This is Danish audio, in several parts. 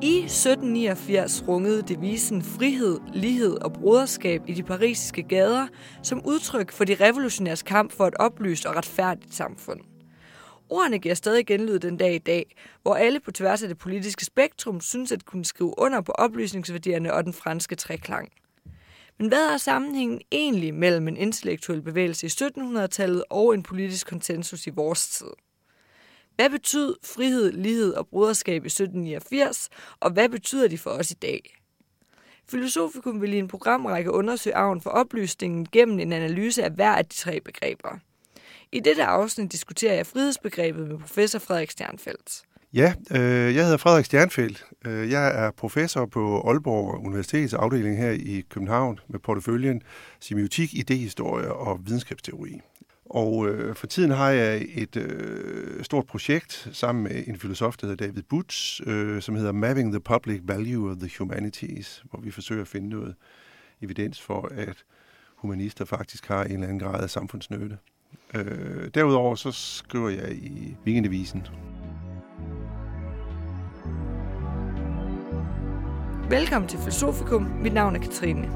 I 1789 rungede devisen frihed, lighed og broderskab i de parisiske gader som udtryk for de revolutionæres kamp for et oplyst og retfærdigt samfund. Ordene giver stadig genlyd den dag i dag, hvor alle på tværs af det politiske spektrum synes at kunne skrive under på oplysningsværdierne og den franske treklang. Men hvad er sammenhængen egentlig mellem en intellektuel bevægelse i 1700-tallet og en politisk konsensus i vores tid? Hvad betyder frihed, lighed og broderskab i 1789, og hvad betyder de for os i dag? Filosofikum vil i en programrække undersøge arven for oplysningen gennem en analyse af hver af de tre begreber. I dette afsnit diskuterer jeg frihedsbegrebet med professor Frederik Stjernfelt. Ja, jeg hedder Frederik Stjernfelt. Jeg er professor på Aalborg Universitets afdeling her i København med porteføljen semiotik, idehistorie og videnskabsteori. Og for tiden har jeg et stort projekt sammen med en filosof, der hedder David Butz, som hedder Mapping the Public Value of the Humanities, hvor vi forsøger at finde noget evidens for, at humanister faktisk har en eller anden grad af samfundsnytte. Derudover så skriver jeg i Weekendavisen. Velkommen til Filosofikum. Mit navn er Katrine.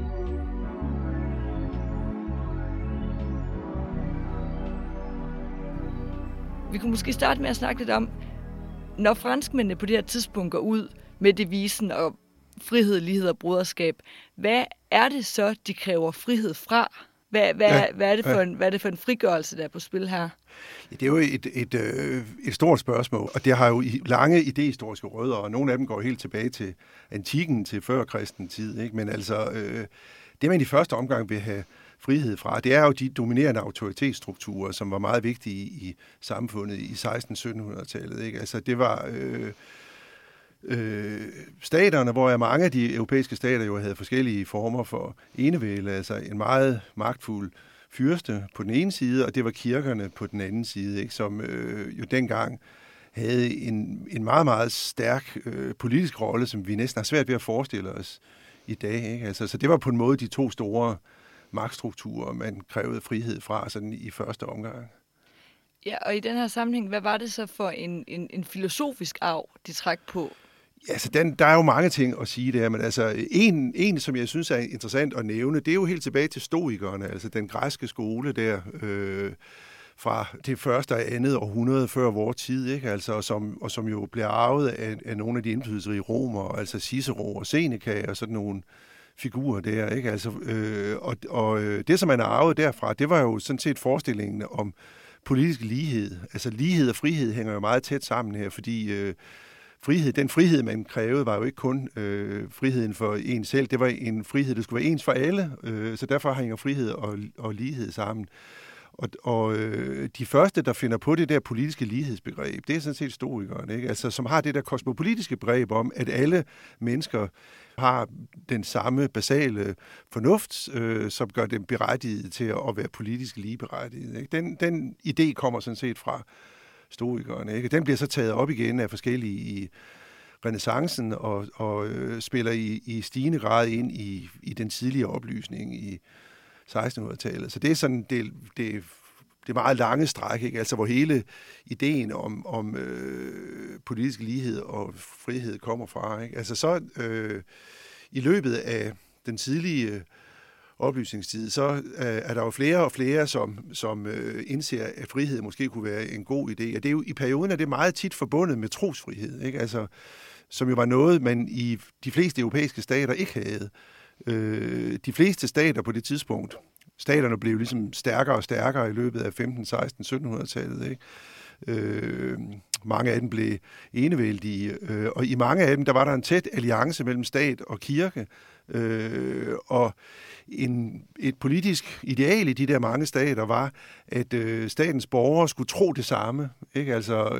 Vi kunne måske starte med at snakke lidt om, når franskmændene på det her tidspunkt går ud med devisen og frihed, lighed og broderskab, hvad er det så, de kræver frihed fra? Hvad er det for en frigørelse, der er på spil her? Ja, det er jo et stort spørgsmål, og det har jo lange idehistoriske rødder, og nogle af dem går helt tilbage til antikken, til før kristen tid, ikke? Men altså, det man i første omgang vil have frihed fra, det er jo de dominerende autoritetsstrukturer, som var meget vigtige i samfundet i 1600-1700-tallet, ikke? Altså, det var staterne, hvor mange af de europæiske stater jo havde forskellige former for enevælde, altså en meget magtfuld fyrste på den ene side, og det var kirkerne på den anden side, ikke? Som jo dengang havde en meget, meget stærk politisk rolle, som vi næsten har svært ved at forestille os i dag, ikke? Altså, så det var på en måde de to store magtstrukturer, man krævede frihed fra sådan i første omgang. Ja, og i den her sammenhæng, hvad var det så for en filosofisk arv, de træk på? Ja, altså der er jo mange ting at sige der, men altså en, som jeg synes er interessant at nævne, det er jo helt tilbage til stoikerne, altså den græske skole der, fra det første og andet århundrede før vores tid, ikke? Altså, som jo bliver arvet af nogle af de indflydelsesrige romere, altså Cicero og Seneca og sådan nogle figurer der, ikke? Altså, det, som man har arvet derfra, det var jo sådan set forestillingen om politisk lighed. Altså lighed og frihed hænger jo meget tæt sammen her, fordi den frihed, man krævede, var jo ikke kun friheden for en selv. Det var en frihed, der skulle være ens for alle, så derfor hænger frihed og lighed sammen. Og de første, der finder på det der politiske lighedsbegreb, det er sådan set stoikerne, ikke? Altså, som har det der kosmopolitiske begreb om, at alle mennesker har den samme basale fornuft, som gør dem berettiget til at være politisk ligeberettiget, ikke? Den idé kommer sådan set fra stoikerne, ikke? Den bliver så taget op igen af forskellige i renæssancen og spiller i stigende grad ind i den tidligere oplysning i 1600-tallet. Så det er sådan det meget lange stræk, ikke? Altså, hvor hele ideen om politisk lighed og frihed kommer fra, ikke? Altså så i løbet af den tidlige oplysningstid, så er der jo flere og flere, som indser, at frihed måske kunne være en god idé. Og det er jo, i perioden er det meget tit forbundet med trosfrihed, ikke? Altså, som jo var noget, man i de fleste europæiske stater ikke havde. De fleste stater på det tidspunkt, staterne blev ligesom stærkere og stærkere i løbet af 15, 16, 1700-tallet, ikke? Mange af dem blev enevældige, og i mange af dem, der var der en tæt alliance mellem stat og kirke, og et politisk ideal i de der mange stater var, at statens borgere skulle tro det samme, ikke? Altså,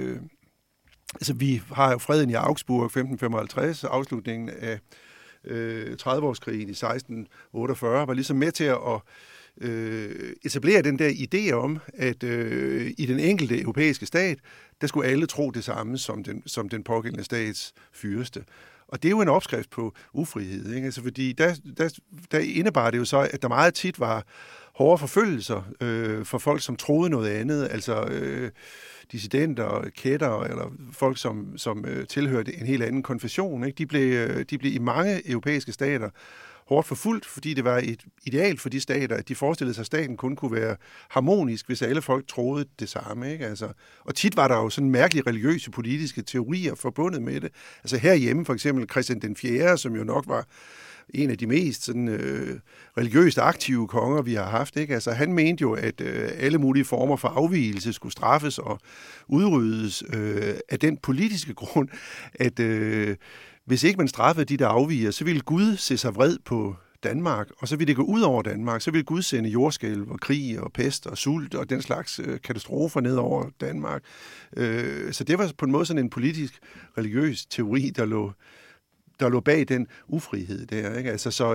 vi har jo freden i Augsburg 1555, afslutningen af 30-årskrigen i 1648, var ligesom med til at etablere den der idé om, at i den enkelte europæiske stat, der skulle alle tro det samme som den pågældende stats fyrste. Og det er jo en opskrift på ufrihed, ikke? Altså, fordi der indebar det jo så, at der meget tit var hårde forfølgelser for folk, som troede noget andet, altså dissidenter, kætter, eller folk, som tilhørte en helt anden konfession, ikke? De blev i mange europæiske stater hårdt forfulgt, fordi det var et ideal for de stater, at de forestillede sig, at staten kun kunne være harmonisk, hvis alle folk troede det samme. Ikke? Altså, og tit var der jo sådan mærkelige religiøse politiske teorier forbundet med det. Altså herhjemme for eksempel Christian den 4., som jo nok var en af de mest sådan, religiøst aktive konger, vi har haft. Ikke? Altså, han mente jo, at alle mulige former for afvigelse skulle straffes og udryddes af den politiske grund, at hvis ikke man straffede de der afviger, så ville Gud se sig vred på Danmark, og så ville det gå ud over Danmark. Så ville Gud sende jordskælv og krig og pest og sult og den slags katastrofer ned over Danmark. Så det var på en måde sådan en politisk, religiøs teori, der lå bag den ufrihed der. Ikke? Altså, så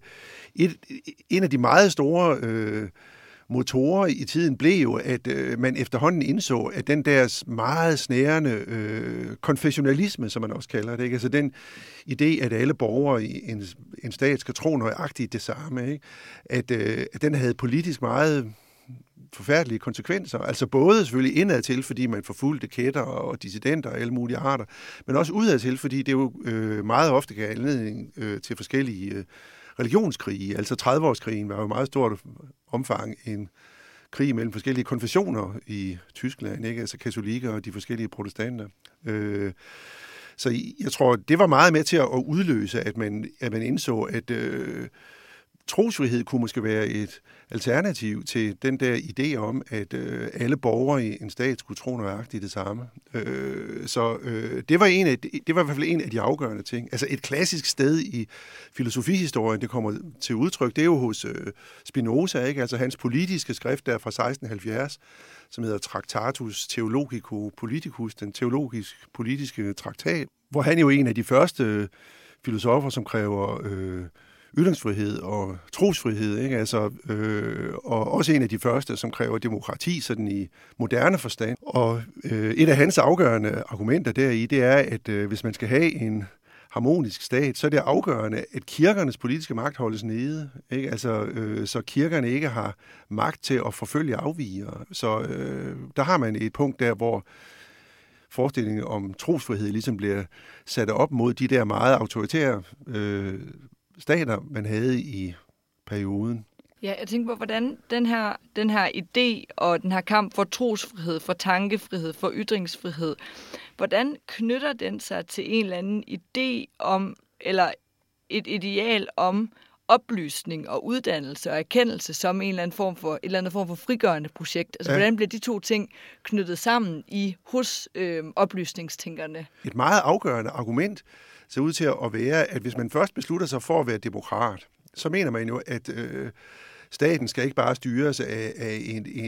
en af de meget store motorer i tiden blev jo, at man efterhånden indså, at den der meget snærende konfessionalisme, som man også kalder det, ikke? Altså den idé, at alle borgere i en stat skal tro nøjagtigt det samme, ikke? At den havde politisk meget forfærdelige konsekvenser. Altså både selvfølgelig indadtil, fordi man forfulgte kætter og dissidenter og alle mulige arter, men også udadtil, fordi det jo meget ofte gav anledning til forskellige religionskrige. Altså 30-årskrigen var jo meget stort omfang en krig mellem forskellige konfessioner i Tyskland, ikke? Altså katolikker og de forskellige protestanter. Så jeg tror, det var meget med til at udløse, at man indså, at trosfrihed kunne måske være et alternativ til den der idé om, at alle borgere i en stat skulle tro nøjagtigt det samme. Det var i hvert fald en af de afgørende ting. Altså et klassisk sted i filosofihistorien, det kommer til udtryk, det er jo hos Spinoza, ikke? Altså hans politiske skrift der fra 1670, som hedder Tractatus Theologico Politicus, den teologisk-politiske traktat, hvor han jo er en af de første filosofer, som kræver ytringsfrihed og trosfrihed, ikke? Altså, og også en af de første, som kræver demokrati sådan i moderne forstand. Og et af hans afgørende argumenter deri, det er, at hvis man skal have en harmonisk stat, så er det afgørende, at kirkernes politiske magt holdes nede, ikke? Altså, så kirkerne ikke har magt til at forfølge afvigere. Så der har man et punkt der, hvor forestillingen om trosfrihed ligesom bliver sat op mod de der meget autoritære stater, man havde i perioden. Ja, jeg tænker på, hvordan den her idé og den her kamp for trosfrihed, for tankefrihed, for ytringsfrihed, hvordan knytter den sig til en eller anden idé om, eller et ideal om oplysning og uddannelse og erkendelse som en eller anden form for frigørende projekt? Altså, hvordan bliver de to ting knyttet sammen hos oplysningstænkerne? Et meget afgørende argument ser ud til at være, at hvis man først beslutter sig for at være demokrat, så mener man jo, at staten skal ikke bare styres af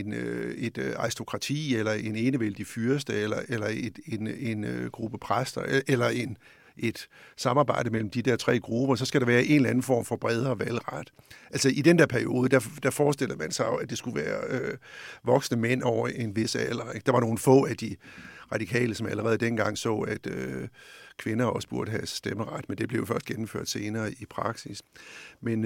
et aristokrati, eller en enevældig fyrste, eller en gruppe præster, eller et samarbejde mellem de der tre grupper, så skal der være en eller anden form for bredere valgret. Altså i den der periode, der forestiller man sig jo, at det skulle være voksne mænd over en vis alder. Ikke? Der var nogle få af de radikale, som allerede dengang så, at kvinder også burde have stemmeret, men det blev jo først gennemført senere i praksis. Men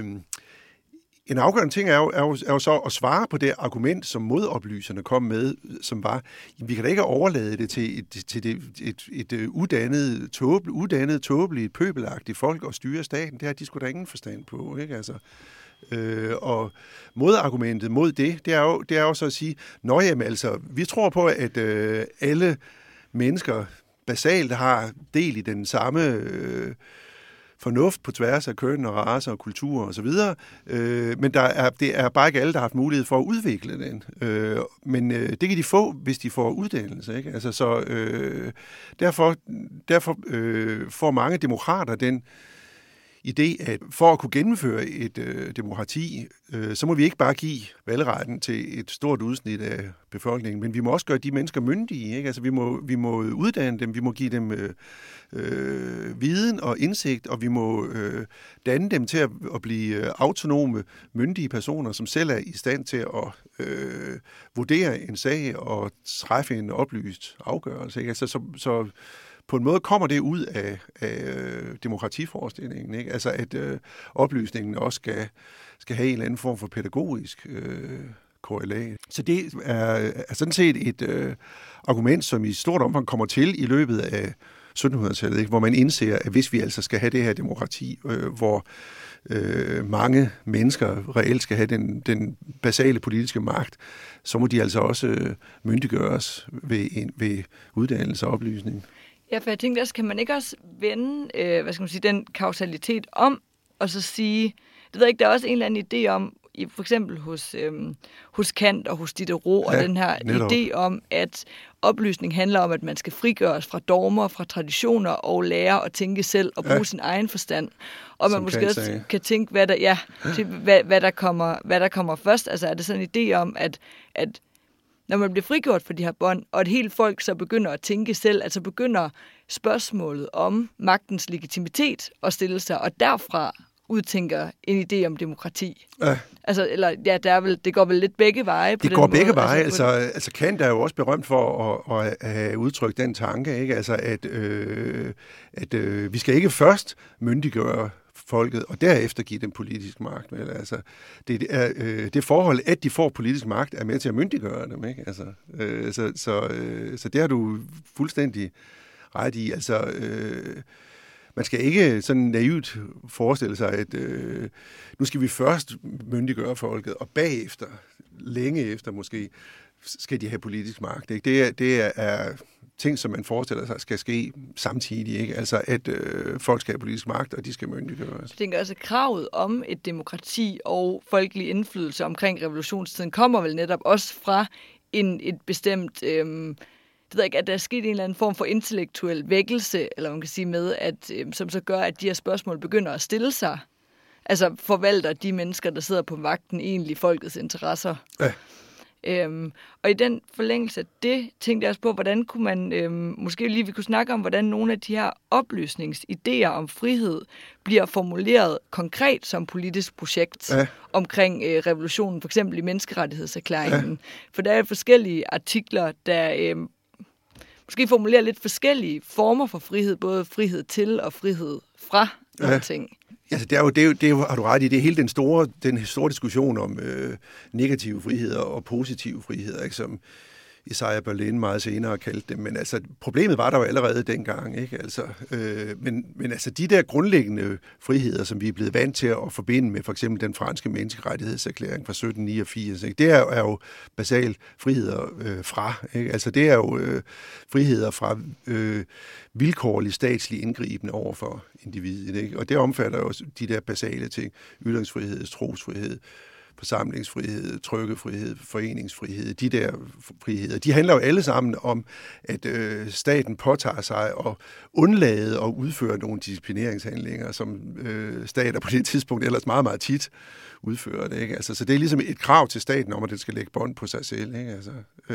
en afgørende ting er jo så at svare på det argument, som modoplyserne kom med, som var, vi kan da ikke overlade det til et uddannet, tåbeligt, pøbelagtigt folk og styre staten. Det har de sgu da ingen forstand på, ikke? Altså, og modargumentet mod det er jo så at sige, jamen altså, vi tror på, at alle mennesker basalt har del i den samme fornuft på tværs af køn og racer og kultur og så videre, men det er bare ikke alle, der har haft mulighed for at udvikle den. Men det kan de få, hvis de får uddannelse, ikke? Altså, så derfor får mange demokrater den idé, at for at kunne gennemføre et demokrati, så må vi ikke bare give valgretten til et stort udsnit af befolkningen, men vi må også gøre de mennesker myndige, ikke? Altså vi må uddanne dem, vi må give dem viden og indsigt, og vi må danne dem til at blive autonome, myndige personer, som selv er i stand til at vurdere en sag og træffe en oplyst afgørelse, ikke? Altså, så på en måde kommer det ud af demokratiforestillingen, ikke? Altså at oplysningen også skal have en eller anden form for pædagogisk korrelat. Så det er sådan set et argument, som i stort omfang kommer til i løbet af 1700-tallet, ikke? Hvor man indser, at hvis vi altså skal have det her demokrati, hvor mange mennesker reelt skal have den basale politiske magt, så må de altså også myndiggøres ved uddannelse og oplysning. Ja, for jeg tænkte også, kan man ikke også vende den kausalitet om, og så sige, det ved jeg ikke, der er også en eller anden idé om, for eksempel hos Kant og hos Diderot, og den her idé om, at oplysning handler om, at man skal frigøres fra dogmer, fra traditioner og lære at tænke selv og bruge sin egen forstand. Og man måske også kan tænke, hvad der kommer først. Altså er det sådan en idé om, at når man bliver frigjort fra de her bånd, og et helt folk så begynder at tænke selv, altså begynder spørgsmålet om magtens legitimitet at stille sig, og derfra udtænker en idé om demokrati. Altså, eller ja, det går vel lidt begge veje på den måde. Det går begge veje. Altså Kant er jo også berømt for at have udtrykt den tanke, ikke? Altså, at vi skal ikke først myndiggøre folket, og derefter give dem politisk magt. Vel? Altså, det forhold, at de får politisk magt, er med til at myndiggøre dem. Ikke? Altså, så det har du fuldstændig ret i. Altså, man skal ikke sådan naivt forestille sig, at nu skal vi først myndiggøre folket, og bagefter, længe efter måske, skal de have politisk magt. Ikke? Det er ting, som man forestiller sig, skal ske samtidig. Ikke? Altså, at folk skal have politisk magt, og de skal myndiggøres. Jeg tænker også, at kravet om et demokrati og folkelig indflydelse omkring revolutionstiden kommer vel netop også fra et bestemt... det ved jeg ikke, at der er sket en eller anden form for intellektuel vækkelse, eller man kan sige med, at, som så gør, at de her spørgsmål begynder at stille sig. Altså forvalter de mennesker, der sidder på magten, egentlig folkets interesser. Ja. Og i den forlængelse af det, tænkte jeg også på, hvordan kunne man, måske lige vi kunne snakke om, hvordan nogle af de her oplysningsidéer om frihed bliver formuleret konkret som politisk projekt omkring revolutionen, for eksempel i menneskerettighedserklæringen. Ja. For der er forskellige artikler, der måske formulerer lidt forskellige former for frihed, både frihed til og frihed fra nogle ting. Altså, det er jo, har du ret i, det er hele den store diskussion om negative friheder og positive friheder, ikke, som Isaiah Berlin meget senere kaldte det. Men altså, problemet var der jo allerede dengang, ikke? Altså, men altså, de der grundlæggende friheder, som vi er blevet vant til at forbinde med for eksempel den franske menneskerettighedserklæring fra 1789, ikke? Det er jo basalt friheder fra, ikke? Altså, det er jo friheder fra vilkårlig statslig indgriben over for individet, ikke? Og det omfatter jo de der basale ting, ytringsfrihed, trosfrihed, forsamlingsfrihed, trykkefrihed, foreningsfrihed, de der friheder, de handler jo alle sammen om, at staten påtager sig at undlade at udføre nogle disciplineringshandlinger, som stater på det tidspunkt ellers meget, meget tit udfører det, ikke? Altså, så det er ligesom et krav til staten om, at det skal lægge bånd på sig selv, ikke? Altså,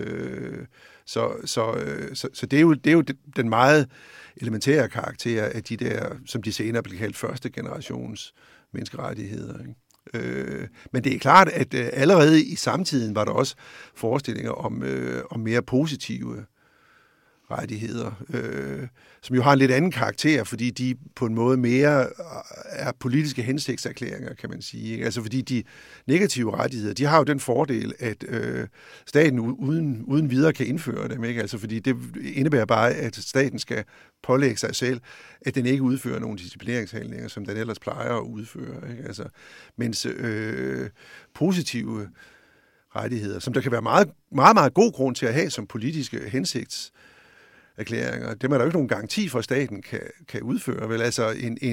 så det er jo den meget elementære karakter af de der, som de senere blev kaldt første generations menneskerettigheder, ikke? Men det er klart, at allerede i samtiden var der også forestillinger om mere positive rettigheder, som jo har en lidt anden karakter, fordi de på en måde mere er politiske hensigtserklæringer, kan man sige. Ikke? Altså fordi de negative rettigheder, de har jo den fordel, at staten uden videre kan indføre dem. Ikke? Altså fordi det indebærer bare, at staten skal pålægge sig selv, at den ikke udfører nogle disciplineringshandlinger, som den ellers plejer at udføre. Ikke? Altså, mens positive rettigheder, som der kan være meget, meget, meget god grund til at have som politiske hensigtserklæringer, dem er der jo ikke nogen garanti for, at staten kan udføre. Vel? Altså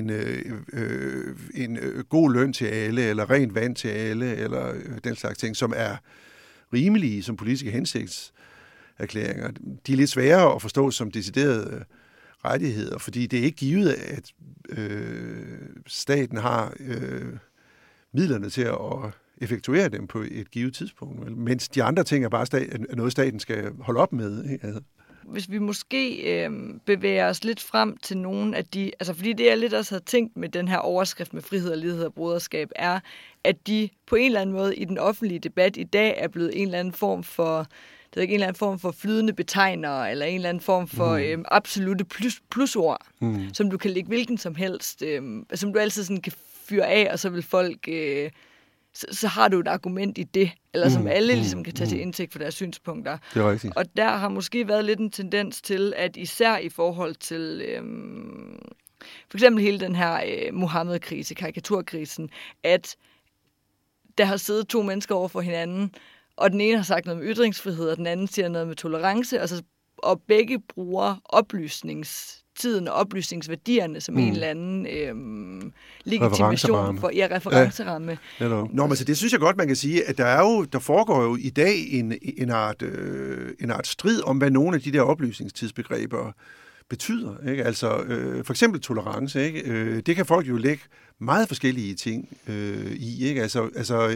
en god løn til alle, eller rent vand til alle, eller den slags ting, som er rimelige som politiske hensigtserklæringer. De er lidt sværere at forstå som deciderede rettigheder, fordi det er ikke givet, at staten har midlerne til at effektuere dem på et givet tidspunkt. Vel? Mens de andre ting er bare noget, staten skal holde op med. Ikke? Altså. Hvis vi måske bevæger os lidt frem til nogle af de... Altså, fordi det, jeg lidt også havde tænkt med den her overskrift med frihed og lighed og broderskab, er, at de på en eller anden måde i den offentlige debat i dag er blevet en eller anden form for er ikke en eller anden form for flydende betegnere, eller en eller anden form for absolute plusord, som du kan lægge hvilken som helst, som du altid sådan kan fyre af, og så vil folk... Så har du et argument i det, eller som alle ligesom kan tage til indtægt for deres synspunkter. Det er rigtigt. Og der har måske været lidt en tendens til, at især i forhold til for eksempel hele den her Mohammed-krise, karikaturkrisen, at der har siddet to mennesker over for hinanden, og den ene har sagt noget med ytringsfrihed, og den anden siger noget med tolerance, og begge bruger oplysningstiden og oplysningsværdierne som en eller anden legitimation for referenceramme. Ja. Nå, men altså, det synes jeg godt, man kan sige, at der foregår jo i dag en art strid om, hvad nogle af de der oplysningstidsbegreber betyder. Ikke? Altså, for eksempel tolerance, ikke? Det kan folk jo lægge meget forskellige ting i. Ikke? Altså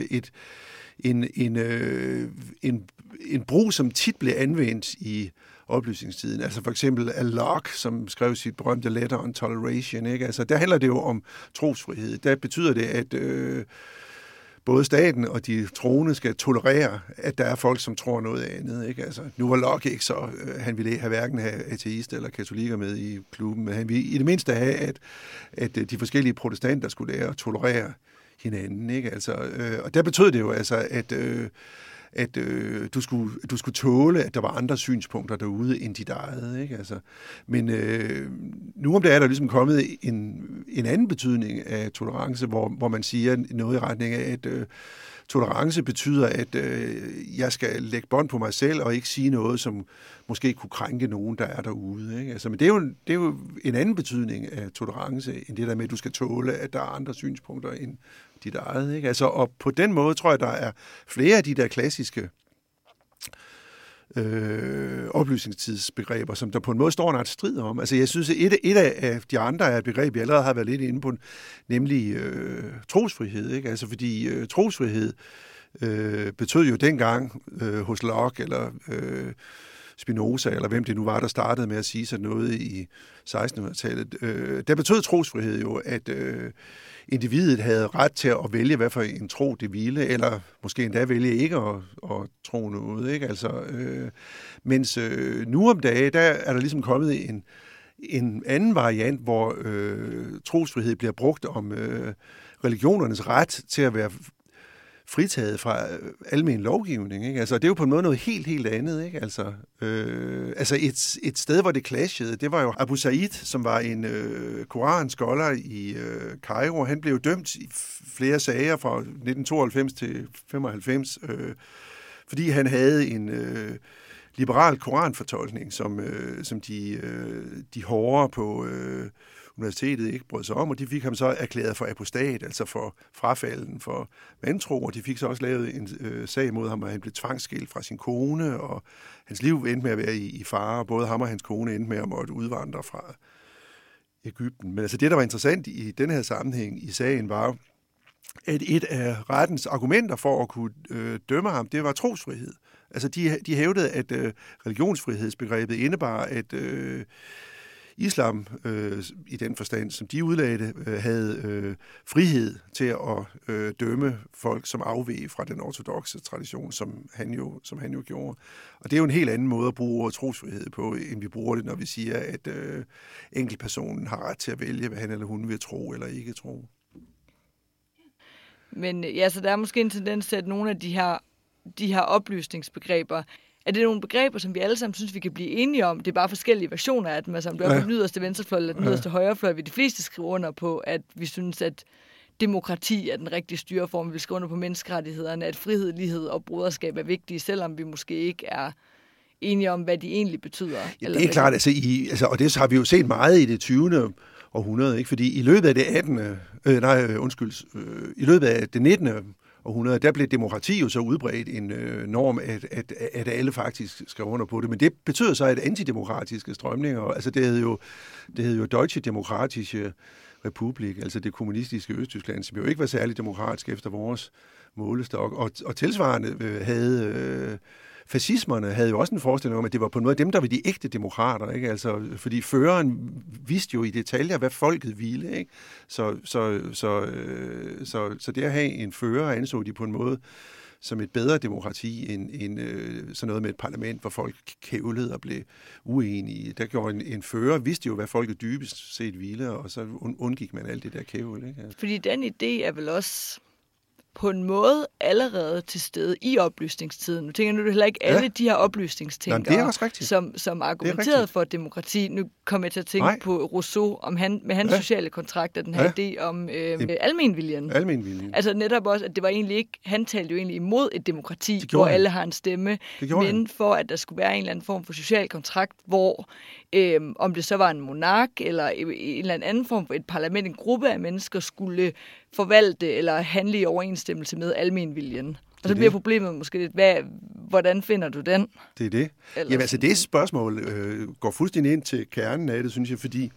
en brug, som tit blev anvendt i oplysningstiden. Altså for eksempel Locke, som skrev sit berømte Letter on Toleration. Ikke? Altså, der handler det jo om trosfrihed. Der betyder det, at både staten og de troende skal tolerere, at der er folk, som tror noget andet. Ikke? Altså, nu var Locke ikke så, han ville hverken have ateister eller katolikker med i klubben, men han ville i det mindste have, at de forskellige protestanter skulle lære at tolerere hinanden. Ikke? Altså, og der betød det jo altså, at du skulle tåle, at der var andre synspunkter derude end dit eget. Ikke? Altså, men nu om det er der ligesom kommet en anden betydning af tolerance, hvor man siger noget i retning af, at tolerance betyder, at jeg skal lægge bånd på mig selv og ikke sige noget, som måske kunne krænke nogen, der er derude. Ikke? Altså, men det er jo en anden betydning af tolerance, end det der med, at du skal tåle, at der er andre synspunkter end dit eget. Ikke? Altså, og på den måde tror jeg, der er flere af de der klassiske oplysningstidsbegreber, som der på en måde står en ret strid om. Altså, jeg synes, at et af de andre er et begreb, jeg allerede har været lidt inde på, nemlig trosfrihed. Ikke? Altså, fordi trosfrihed betød jo dengang hos Locke eller Spinoza, eller hvem det nu var, der startede med at sige sådan noget i 1600-tallet. Der betød trosfrihed jo, at individet havde ret til at vælge, hvad for en tro det ville, eller måske endda vælge ikke at tro noget. Ikke? Altså, mens nu om dagen, der er der ligesom kommet en anden variant, hvor trosfrihed bliver brugt om religionernes ret til at være fritaget fra almen lovgivning. Ikke? Altså, det er jo på en måde noget helt, helt andet. Ikke? Altså et sted, hvor det clashede, det var jo Abu Said, som var en koranscholar i Kairo. Han blev dømt i flere sager fra 1992 til 95, fordi han havde en liberal koranfortolkning, som de hårdere på universitetet ikke brød sig om, og de fik ham så erklæret for apostat, altså for frafalden for vantro, og de fik så også lavet en sag mod ham, at han blev tvangsskilt fra sin kone, og hans liv endte med at være i fare, både ham og hans kone endte med at måtte udvandre fra Egypten. Men altså det, der var interessant i den her sammenhæng i sagen, var, at et af rettens argumenter for at kunne dømme ham, det var trosfrihed. Altså de hævdede, at religionsfrihedsbegrebet indebar, at islam, i den forstand, som de udlagde havde frihed til at dømme folk, som afveg fra den ortodokse tradition, som han jo gjorde. Og det er jo en helt anden måde at bruge trosfrihed på, end vi bruger det, når vi siger, at enkeltpersonen har ret til at vælge, hvad han eller hun vil tro eller ikke tro. Men ja, så der er måske en tendens til, at nogle af de her oplysningsbegreber, er det nogle begreber, som vi alle sammen synes, vi kan blive enige om? Det er bare forskellige versioner af dem. Altså om du er på den yderste venstrefløj eller den yderste højrefløj, vil de fleste skrive under på, at vi synes, at demokrati er den rigtige styreform. Vi vil skrive under på menneskerettighederne, at frihed, lighed og broderskab er vigtige, selvom vi måske ikke er enige om, hvad de egentlig betyder. Ja, det er klart, og det har vi jo set meget i det 20. århundrede, ikke? Fordi i løbet af i løbet af det 19. århundrede, der blev demokrati jo så udbredt en norm, at alle faktisk skrev under på det. Men det betyder så, at antidemokratiske strømninger, altså det hed jo Deutsche Demokratische Republik, altså det kommunistiske Østtyskland, som jo ikke var særlig demokratisk efter vores målestok. Og tilsvarende havde fascismerne havde jo også en forestilling om, at det var på en måde dem, der var de ægte demokrater, ikke? Altså, fordi føreren vidste jo i detaljer, hvad folket ville, ikke? Så det at have en fører anså de på en måde som et bedre demokrati end sådan noget med et parlament, hvor folk kævlede og blev uenige. Der gjorde en fører, vidste jo, hvad folket dybest set ville, og så undgik man alt det der kævl. Ikke? Altså. Fordi den idé er vel også på en måde allerede til stede i oplysningstiden. Nu tænker jeg heller ikke alle de her oplysningstænkere, som argumenterede for demokrati. Nu kommer jeg til at tænke på Rousseau med hans sociale kontrakt og den her idé om almenviljen. Altså netop også, at det var egentlig ikke, han talte jo egentlig imod et demokrati, hvor alle har en stemme, men for at der skulle være en eller anden form for social kontrakt, hvor om det så var en monark eller en eller anden form for et parlament, en gruppe af mennesker skulle forvalte eller handle i overensstemmelse med almenviljen. Og så bliver problemet måske lidt, hvordan finder du den? Det er det. Jamen altså, det spørgsmål går fuldstændig ind til kernen af det, synes jeg, fordi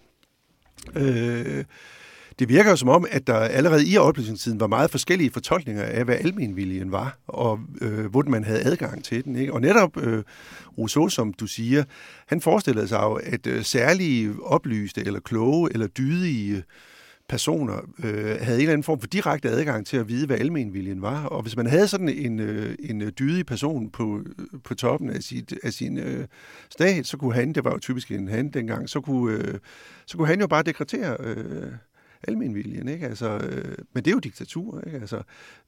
det virker jo som om, at der allerede i oplysningstiden var meget forskellige fortolkninger af, hvad almenviljen var, og hvordan man havde adgang til den. Ikke? Og netop Rousseau, som du siger, han forestillede sig jo, at særlige oplyste, eller kloge, eller dydige personer havde en eller anden form for direkte adgang til at vide, hvad almenviljen var. Og hvis man havde sådan en dydig person på toppen af sin stat, så kunne han, det var jo typisk en han dengang, så kunne han jo bare dekretere almenviljen, ikke? Altså, men det er jo diktatur, ikke? Altså,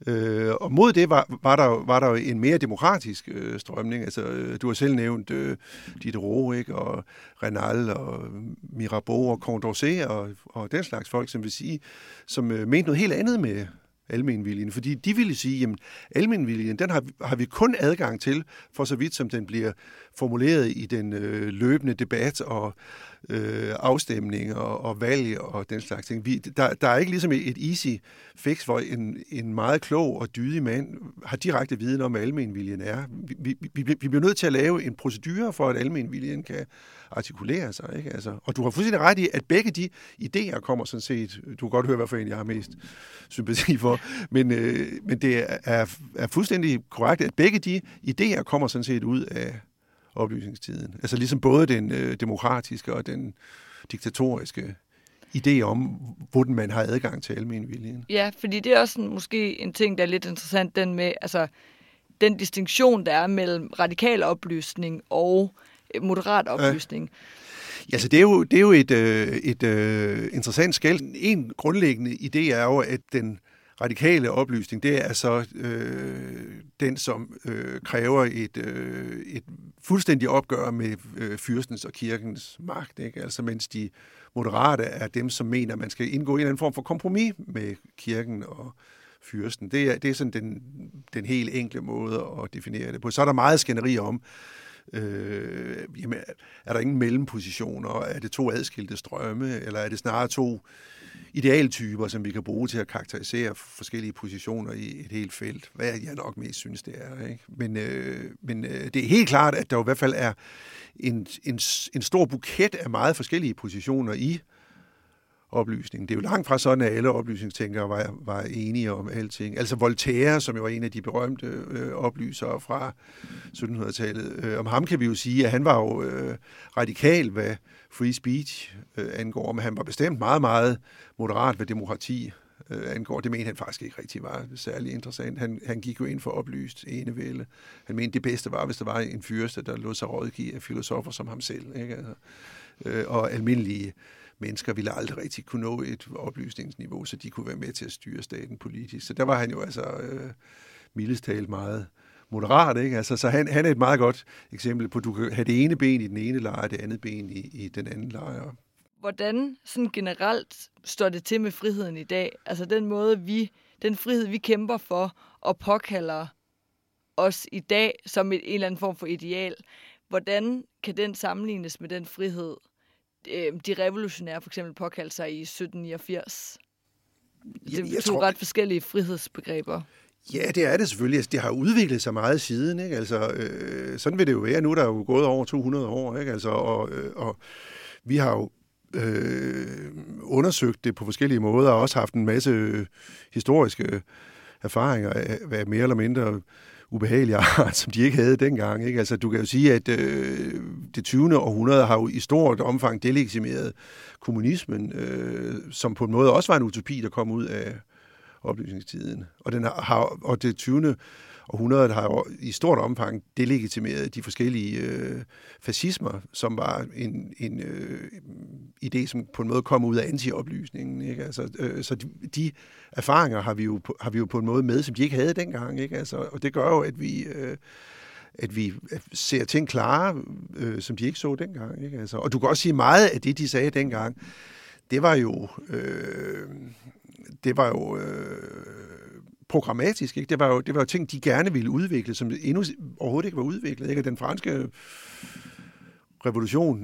og mod det var der jo en mere demokratisk strømning. Altså, du har selv nævnt Diderot, ikke? Og Raynal og Mirabeau og Condorcet og den slags folk, som vil sige, som mente noget helt andet med almenviljen, fordi de ville sige, jamen, almenviljen, den har vi kun adgang til, for så vidt som den bliver formuleret i den løbende debat og afstemning og valg og den slags ting. Der er ikke ligesom et easy fix, hvor en meget klog og dydig mand har direkte viden om, hvad almenviljen er. Vi bliver nødt til at lave en procedure for, at almenviljen kan artikulere sig. Ikke? Altså, og du har fuldstændig ret i, at begge de idéer kommer sådan set, du kan godt høre, hvad for en jeg har mest sympati for, men det er fuldstændig korrekt, at begge de idéer kommer sådan set ud af oplysningstiden. Altså ligesom både den demokratiske og den diktatoriske idé om, hvordan man har adgang til almenviljen. Ja, fordi det er også måske en ting, der er lidt interessant, den med, altså den distinktion, der er mellem radikal oplysning og moderat oplysning. Ja, så det er jo et interessant skel. En grundlæggende idé er jo, at den radikale oplysning, det er så den, som kræver et fuldstændig opgør med fyrstens og kirkens magt. Ikke? Altså mens de moderate er dem, som mener, at man skal indgå i en eller anden form for kompromis med kirken og fyrsten. Det er sådan den helt enkle måde at definere det på. Så er der meget skænderi om, jamen, er der ingen mellempositioner? Er det to adskilte strømme? Eller er det snarere to idealtyper, som vi kan bruge til at karakterisere forskellige positioner i et helt felt? Hvad jeg nok mest synes, det er. Ikke? Men det er helt klart, at der i hvert fald er en stor buket af meget forskellige positioner i oplysningen. Det er jo langt fra sådan, at alle oplysningstænkere var enige om alting. Altså Voltaire, som jo var en af de berømte oplysere fra 1700-tallet, om ham kan vi jo sige, at han var jo radikal, hvad free speech angår, men han var bestemt meget, meget moderat, hvad demokrati angår. Det mente han faktisk ikke rigtig var særlig interessant. Han gik jo ind for oplyst enevælde. Han mente, det bedste var, hvis der var en fyrste, der lod sig rådgive af filosofer som ham selv. Ikke? Altså, og almindelige mennesker ville aldrig rigtig kunne nå et oplysningsniveau, så de kunne være med til at styre staten politisk. Så der var han jo altså mildest talt meget moderat, ikke? Altså, så han er et meget godt eksempel på, at du kan have det ene ben i den ene lejr, og det andet ben i den anden lejr. Hvordan sådan generelt står det til med friheden i dag? Altså den frihed, vi kæmper for og påkalder os i dag som en eller anden form for ideal, hvordan kan den sammenlignes med den frihed, de revolutionære for eksempel påkaldte sig i 1789? Det er to ret forskellige frihedsbegreber. Ja, det er det selvfølgelig. Altså, det har udviklet sig meget siden. Ikke? Altså, sådan vil det jo være. Nu er der jo gået over 200 år. Ikke? Altså, og vi har jo undersøgt det på forskellige måder, og også haft en masse historiske erfaringer af mere eller mindre ubehagelige art, som de ikke havde dengang. Ikke? Altså, du kan jo sige, at det 20. århundrede har jo i stort omfang delegitimeret kommunismen, som på en måde også var en utopi, der kom ud af oplysningstiden. Og det 20. århundredet har jo i stort omfang delegitimeret de forskellige fascismer, som var en idé, som på en måde kom ud af antioplysningen. Ikke? Altså, så de erfaringer har vi jo på en måde med, som de ikke havde dengang. Ikke? Altså, og det gør jo, at vi ser ting klare, som de ikke så dengang. Ikke? Altså, og du kan også sige, meget af det, de sagde dengang, det var jo programmatisk. Ikke? Det var jo ting, de gerne ville udvikle, som endnu overhovedet ikke var udviklet. Ikke? Den franske revolution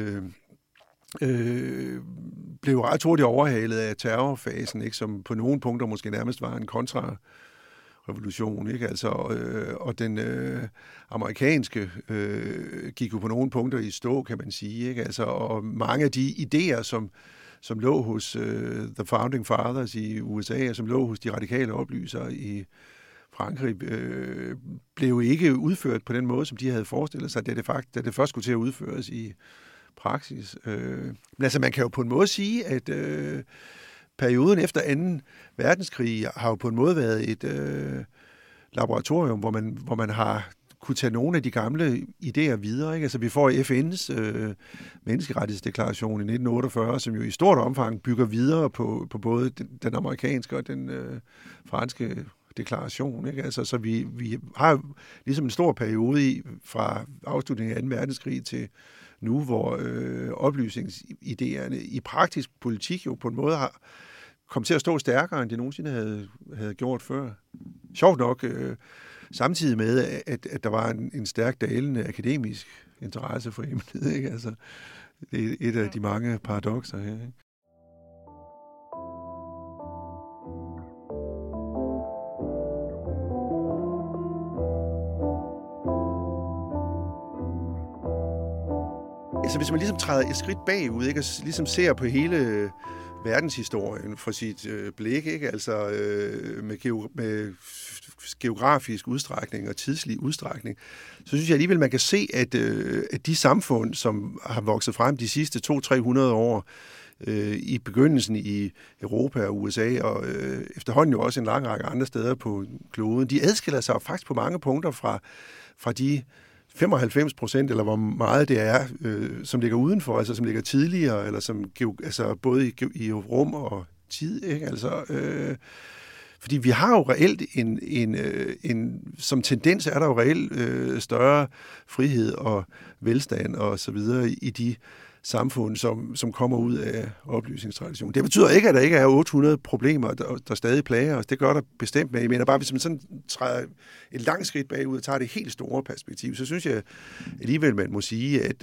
blev ret hurtigt overhalet af terrorfasen, ikke? Som på nogle punkter måske nærmest var en kontrarevolution, ikke? Altså, og den amerikanske gik jo på nogle punkter i stå, kan man sige, ikke? Altså, og mange af de idéer, som lå hos The Founding Fathers i USA, og som lå hos de radikale oplysere i Frankrig, blev ikke udført på den måde, som de havde forestillet sig, da det først skulle til at udføres i praksis. Men altså, man kan jo på en måde sige, at perioden efter 2. verdenskrig har jo på en måde været et laboratorium, hvor man har kunne tage nogle af de gamle idéer videre. Ikke? Altså, vi får FN's menneskerettighedsdeklaration i 1948, som jo i stort omfang bygger videre på både den amerikanske og den franske deklaration. Ikke? Altså, så vi har ligesom en stor periode fra afslutningen af 2. verdenskrig til nu, hvor oplysningsidéerne i praktisk politik jo på en måde har kommet til at stå stærkere, end de nogensinde havde gjort før. Sjovt nok, samtidig med, at der var en stærk dalende akademisk interesse for emnet. Ikke? Altså, det er et af de mange paradokser her. Ikke? Altså, hvis man ligesom træder et skridt bagud, ikke, og ligesom ser på hele verdenshistorien fra sit blik, ikke, altså med geografisk udstrækning og tidslig udstrækning, så synes jeg alligevel, man kan se, at de samfund, som har vokset frem de sidste 200-300 år, i begyndelsen i Europa og USA, og efterhånden jo også en lang række andre steder på kloden, de adskiller sig faktisk på mange punkter fra de 95%, eller hvor meget det er, som ligger udenfor, altså som ligger tidligere, eller som både i rum og tid, ikke? Altså, fordi vi har jo reelt som tendens er der jo reelt større frihed og velstand og så videre i de samfund, som kommer ud af oplysningstraditionen. Det betyder ikke, at der ikke er 800 problemer, der stadig plager os. Det gør der bestemt, men jeg mener bare, hvis man sådan træder et langt skridt bagud og tager det helt store perspektiv, så synes jeg alligevel, man må sige, at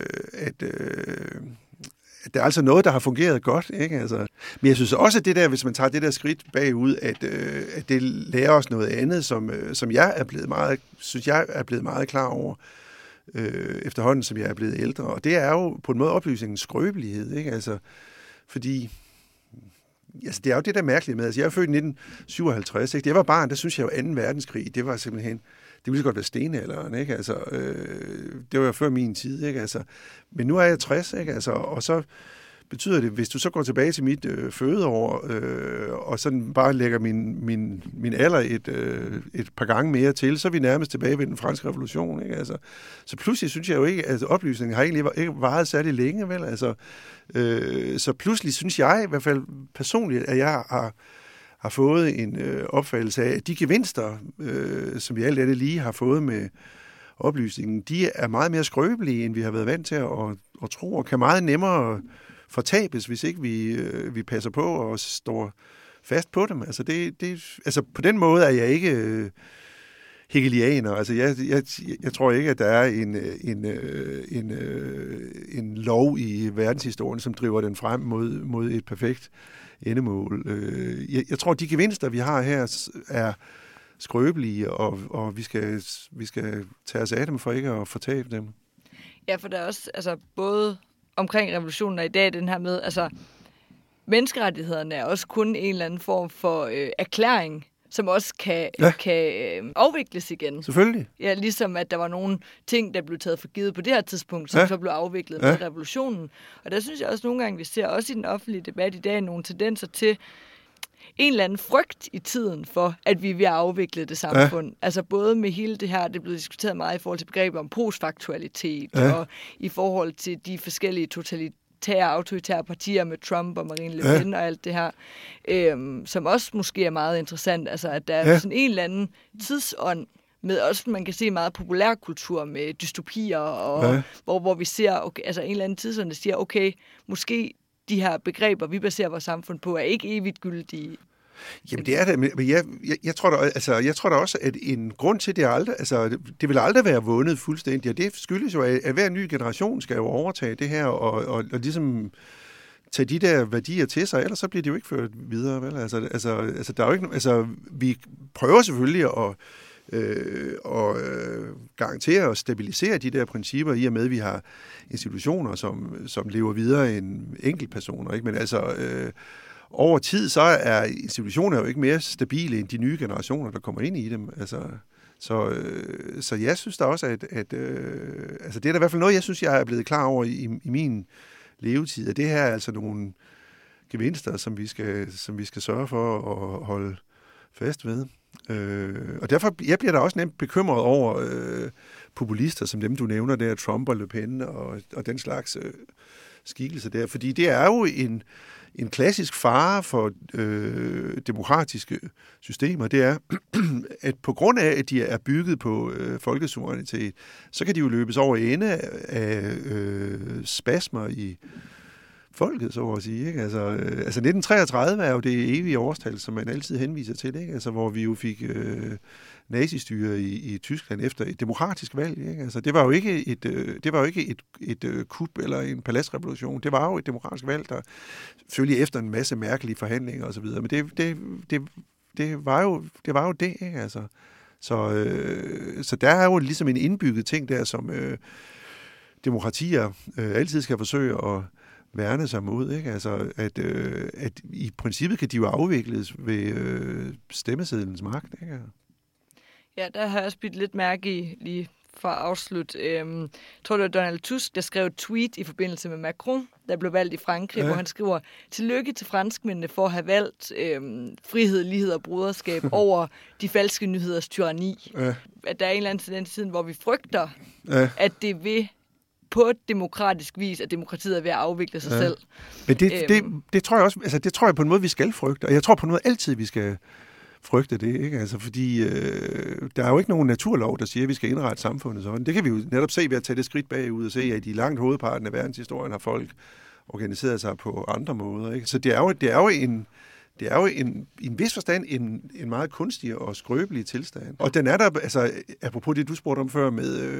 der er altså noget, der har fungeret godt. Ikke? Altså, men jeg synes også, at det der, hvis man tager det der skridt bagud, at det lærer os noget andet, som jeg er blevet meget klar over, efterhånden, som jeg er blevet ældre. Og det er jo på en måde oplysningens skrøbelighed, ikke? Altså, fordi altså, det er jo det der mærkelige med. Altså, jeg er født i 1957, ikke? Det var barn, der synes jeg jo 2. verdenskrig, det var simpelthen, det ville så godt være stenalderen, ikke? Altså, det var jo før min tid, ikke? Altså, men nu er jeg 60, ikke? Altså, og så betyder det, hvis du så går tilbage til mit fødeår, og sådan bare lægger min alder et par gange mere til, så er vi nærmest tilbage ved den franske revolution. Ikke? Altså, så pludselig synes jeg jo ikke, at oplysningen har egentlig ikke varet særlig længe, vel? Altså, så pludselig synes jeg, i hvert fald personligt, at jeg har fået en opfattelse af, at de gevinster, som vi alt andet lige har fået med oplysningen, de er meget mere skrøbelige, end vi har været vant til at tro, og kan meget nemmere fortabes, hvis ikke vi passer på og står fast på dem. Altså, altså på den måde er jeg ikke hegelianer. Altså, jeg tror ikke, at der er en lov i verdenshistorien, som driver den frem mod et perfekt endemål. Jeg tror, at de gevinster, vi har her, er skrøbelige, og vi skal tage os af dem for ikke at fortabe dem. Ja, for der er også altså, både omkring revolutionen og i dag den her med, altså menneskerettighederne er også kun en eller anden form for erklæring, som også kan afvikles igen. Selvfølgelig. Ja, ligesom at der var nogle ting, der blev taget for givet på det her tidspunkt, som så blev afviklet med revolutionen. Og der synes jeg også nogle gange, vi ser også i den offentlige debat i dag nogle tendenser til, en eller anden frygt i tiden for, at vi er ved at afvikle det samfund. Ja. Altså både med hele det her, det er blevet diskuteret meget i forhold til begrebet om postfaktualitet, og i forhold til de forskellige autoritære partier med Trump og Marine Le Pen og alt det her, som også måske er meget interessant. Altså at der er sådan en eller anden tidsånd, med også, man kan se meget populærkultur med dystopier, og hvor vi ser, okay, altså en eller anden tidsånd, der siger, okay, måske de her begreber, vi baserer vores samfund på, er ikke evigt gyldige. Jamen det er det, men jeg tror da også, at en grund til det aldrig, altså det vil aldrig være vundet fuldstændig, og det skyldes jo, at hver ny generation skal jo overtage det her, og ligesom tage de der værdier til sig, ellers så bliver det jo ikke ført videre, vel? Altså der er jo ikke, altså vi prøver selvfølgelig at garantere og stabilisere de der principper, i og med, at vi har institutioner, som lever videre end enkeltpersoner, ikke? Men altså over tid, så er institutioner jo ikke mere stabile end de nye generationer, der kommer ind i dem. Altså, så jeg synes da også, at altså det er da i hvert fald noget, jeg synes, jeg er blevet klar over i min levetid, at det her er altså nogle gevinster, som vi skal sørge for at holde fast ved. Og derfor jeg bliver da også nemt bekymret over populister, som dem, du nævner der, Trump og Le Pen og den slags skikkelse der, fordi det er jo en klassisk fare for demokratiske systemer, det er, at på grund af, at de er bygget på folkesuverænitet, så kan de jo løbes over ende af spasmer i folket, så at sige. Ikke? Altså 1933 er jo det evige årstal, som man altid henviser til, ikke? Altså, hvor vi jo fik nazistyre i Tyskland efter et demokratisk valg. Ikke? Altså, det var jo ikke et kup eller en paladsrevolution. Det var jo et demokratisk valg, der selvfølgelig efter en masse mærkelige forhandlinger osv. Men det var jo det, ikke? Altså, så der er jo ligesom en indbygget ting der, som demokratier altid skal forsøge at værne sig mod, ikke? Altså, at i princippet kan de jo afvikles ved stemmesedlens magt, ikke? Ja, der har jeg også bidt lidt mærke i, lige for at afslutte. Jeg tror, det var Donald Tusk, der skrev et tweet i forbindelse med Macron, der blev valgt i Frankrig, hvor han skriver, tillykke til franskmændene for at have valgt frihed, lighed og broderskab over de falske nyheders tyranni. At der er en eller anden tendens i tiden, hvor vi frygter, at det vil på demokratisk vis, at demokratiet er ved at afvikle sig selv. Men det tror jeg også, altså det tror jeg på en måde, vi skal frygte, og jeg tror på en måde altid, vi skal frygte det, ikke? Altså fordi der er jo ikke nogen naturlov, der siger, at vi skal indrette samfundet sådan. Det kan vi jo netop se ved at tage det skridt bagud og se, at i langt hovedparten af verdenshistorien har folk organiseret sig på andre måder, ikke? Så det er jo i en vis forstand en meget kunstig og skrøbelig tilstand. Og den er der, altså apropos det, du spurgte om før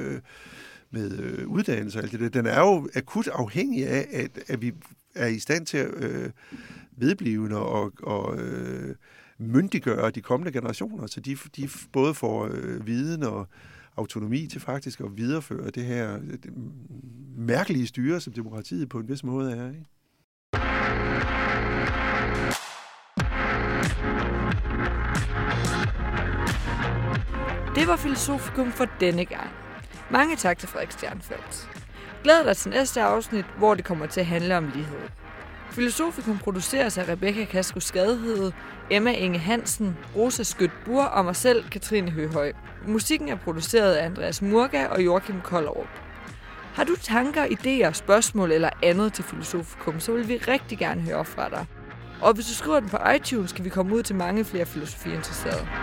med uddannelse og alt det der, den er jo akut afhængig af, at vi er i stand til at vedblivende og myndiggøre de kommende generationer, så de både får viden og autonomi til faktisk at videreføre det her mærkelige styre, som demokratiet på en vis måde er, ikke? Det var Filosofikum for denne gang. Mange tak til Frederik Stjernfeldt. Glæd dig til næste afsnit, hvor det kommer til at handle om lighed. Filosofikum produceres af Rebecca Kasko Skadehede, Emma Inge Hansen, Rosa Skødt-Bur og mig selv, Katrine Høhøj. Musikken er produceret af Andreas Murga og Joachim Kollerup. Har du tanker, idéer, spørgsmål eller andet til Filosofikum, så vil vi rigtig gerne høre fra dig. Og hvis du skriver den på iTunes, kan vi komme ud til mange flere filosofiinteresserede.